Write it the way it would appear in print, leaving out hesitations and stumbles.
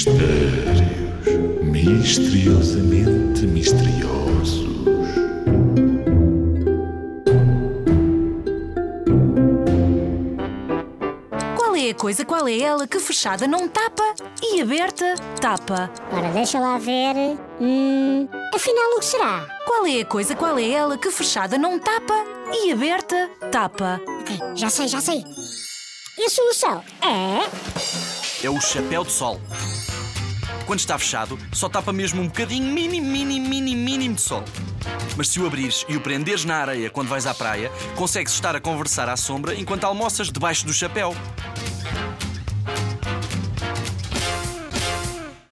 Mistérios misteriosamente misteriosos. Qual é a coisa, qual é ela que fechada não tapa e aberta tapa? Ora, deixa lá ver. Afinal, o que será? Qual é a coisa, qual é ela que fechada não tapa e aberta tapa? Ok, já sei. E a solução É o chapéu de sol. Quando está fechado, só tapa mesmo um bocadinho mínimo de sol. Mas se o abrires e o prenderes na areia quando vais à praia, consegues estar a conversar à sombra enquanto almoças debaixo do chapéu.